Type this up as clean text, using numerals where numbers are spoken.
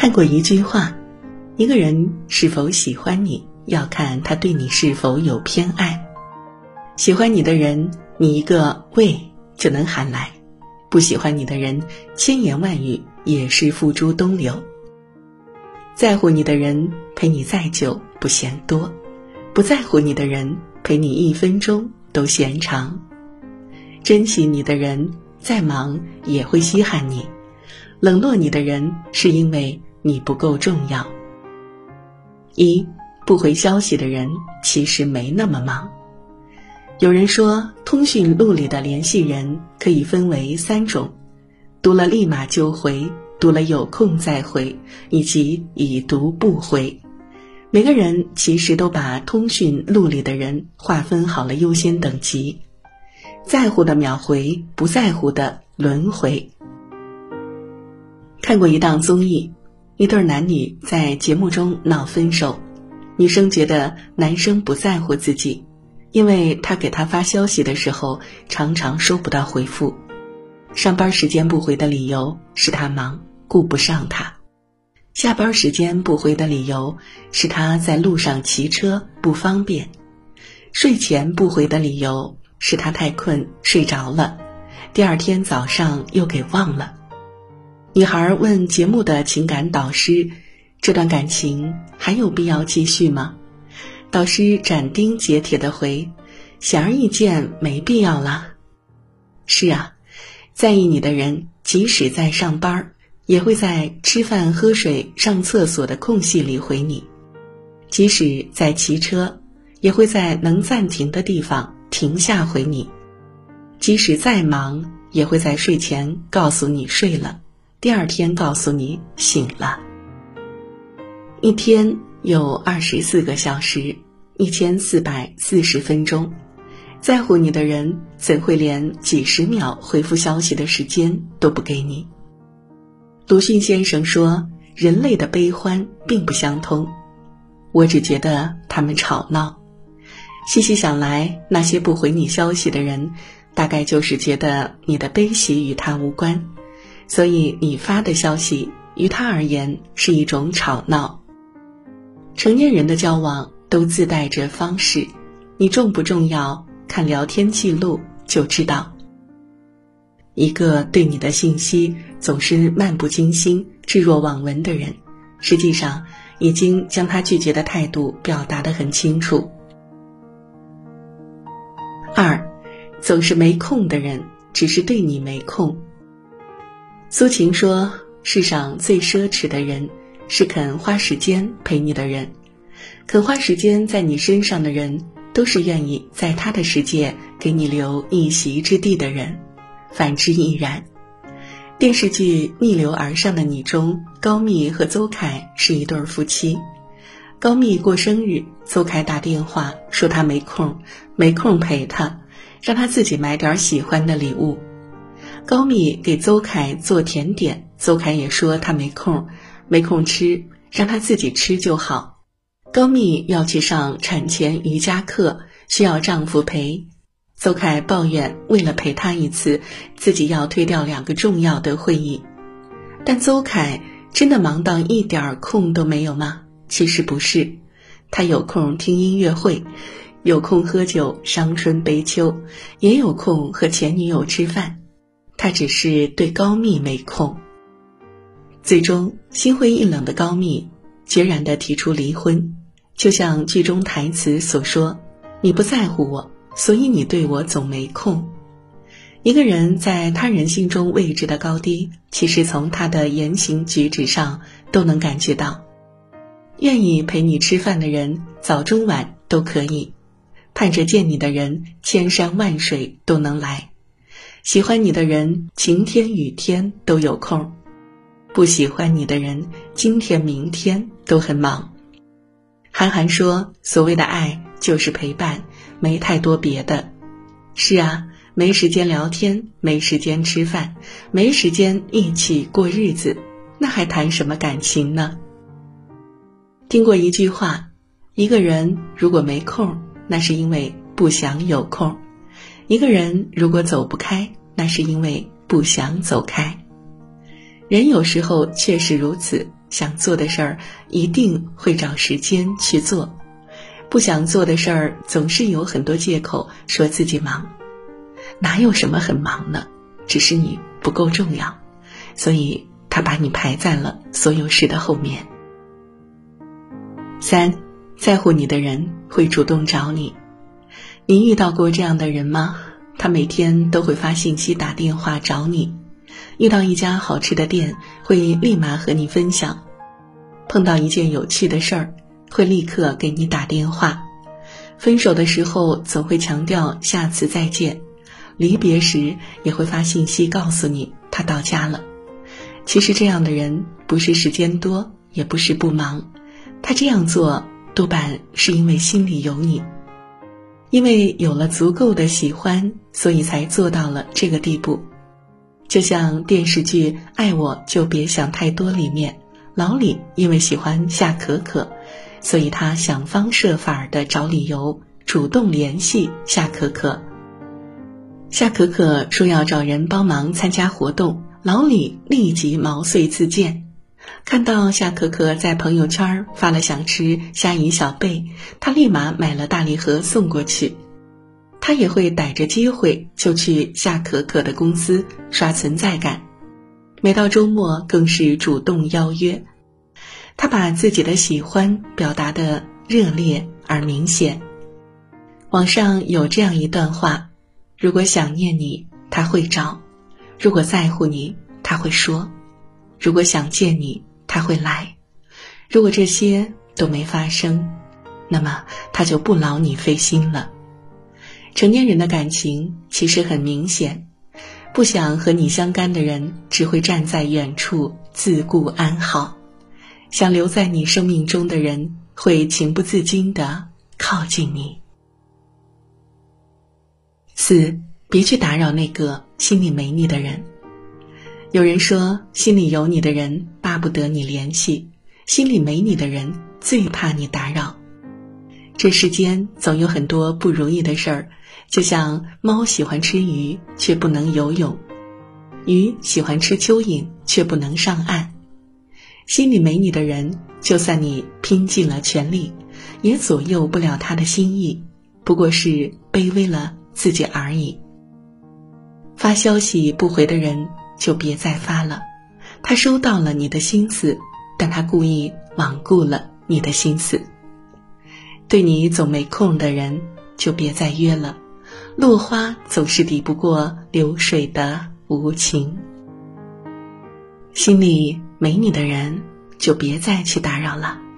看过一句话，一个人是否喜欢你，要看他对你是否有偏爱。喜欢你的人，你一个喂就能喊来；不喜欢你的人，千言万语也是付诸东流。在乎你的人，陪你再久不嫌多；不在乎你的人，陪你1分钟都嫌长。珍惜你的人，再忙也会稀罕你；冷落你的人，是因为你不够重要。不回消息的人，其实没那么忙。有人说，通讯录里的联系人可以分为3种：读了立马就回，读了有空再回，以及已读不回。每个人其实都把通讯录里的人划分好了优先等级，在乎的秒回，不在乎的轮回。看过一档综艺，一对男女在节目中闹分手，女生觉得男生不在乎自己，因为他给她发消息的时候常常收不到回复，上班时间不回的理由是他忙，顾不上他；下班时间不回的理由是他在路上骑车不方便；睡前不回的理由是他太困睡着了，第二天早上又给忘了。女孩问节目的情感导师，这段感情还有必要继续吗？导师斩钉截铁地回，显而易见没必要啦。是啊，在意你的人，即使在上班，也会在吃饭喝水上厕所的空隙里回你；即使在骑车，也会在能暂停的地方停下回你；即使再忙，也会在睡前告诉你睡了，第二天告诉你醒了。一天有24个小时，1440分钟，在乎你的人怎会连几十秒回复消息的时间都不给你？鲁迅先生说，人类的悲欢并不相通，我只觉得他们吵闹。细细想来，那些不回你消息的人，大概就是觉得你的悲喜与他无关，所以你发的消息于他而言是一种吵闹。成年人的交往都自带着方式，你重不重要，看聊天记录就知道。一个对你的信息总是漫不经心、置若罔闻的人，实际上已经将他拒绝的态度表达得很清楚。2，总是没空的人，只是对你没空。苏秦说，世上最奢侈的人是肯花时间陪你的人，肯花时间在你身上的人，都是愿意在他的世界给你留一席之地的人，反之亦然。电视剧《逆流而上的你》中，高蜜和邹凯是一对夫妻。高蜜过生日，邹凯打电话说他没空陪他，让他自己买点喜欢的礼物。高蜜给邹凯做甜点，邹凯也说他没空吃，让他自己吃就好。高蜜要去上产前瑜伽课，需要丈夫陪。邹凯抱怨为了陪她一次，自己要推掉2个重要的会议。但邹凯真的忙到一点空都没有吗？其实不是，他有空听音乐会，有空喝酒伤春悲秋，也有空和前女友吃饭，他只是对高蜜没空。最终心灰意冷的高蜜决然地提出离婚，就像剧中台词所说，你不在乎我，所以你对我总没空。一个人在他人心中位置的高低，其实从他的言行举止上都能感觉到。愿意陪你吃饭的人，早中晚都可以；盼着见你的人，千山万水都能来；喜欢你的人，晴天雨天都有空；不喜欢你的人，今天明天都很忙。韩寒说，所谓的爱就是陪伴，没太多别的。是啊，没时间聊天，没时间吃饭，没时间一起过日子，那还谈什么感情呢？听过一句话，一个人如果没空，那是因为不想有空；一个人如果走不开，那是因为不想走开。人有时候确实如此， 想做的事儿一定会找时间去做，不想做的事儿总是有很多借口说自己忙。哪有什么很忙呢？只是你不够重要，所以他把你排在了所有事的后面。3，在乎你的人会主动找你。你遇到过这样的人吗？他每天都会发信息打电话找你，遇到一家好吃的店会立马和你分享，碰到一件有趣的事儿会立刻给你打电话，分手的时候总会强调下次再见，离别时也会发信息告诉你他到家了。其实这样的人不是时间多，也不是不忙，他这样做多半是因为心里有你，因为有了足够的喜欢，所以才做到了这个地步。就像电视剧《爱我就别想太多》里面，老李因为喜欢夏可可，所以他想方设法地找理由主动联系夏可可。夏可可说要找人帮忙参加活动，老李立即毛遂自荐。看到夏可可在朋友圈发了想吃虾夷小贝，他立马买了大礼盒送过去。他也会逮着机会就去夏可可的公司刷存在感，每到周末更是主动邀约。他把自己的喜欢表达得热烈而明显。网上有这样一段话：如果想念你，他会找；如果在乎你，他会说；如果想见你，他会来；如果这些都没发生，那么他就不劳你费心了。成年人的感情其实很明显，不想和你相干的人只会站在远处自顾安好，想留在你生命中的人会情不自禁地靠近你。4，别去打扰那个心里没你的人。有人说，心里有你的人巴不得你联系，心里没你的人最怕你打扰。这世间总有很多不如意的事儿，就像猫喜欢吃鱼却不能游泳，鱼喜欢吃蚯蚓却不能上岸。心里没你的人，就算你拼尽了全力，也左右不了他的心意，不过是卑微了自己而已。发消息不回的人就别再发了，他收到了你的心思，但他故意罔顾了你的心思。对你总没空的人就别再约了，落花总是抵不过流水的无情。心里没你的人就别再去打扰了。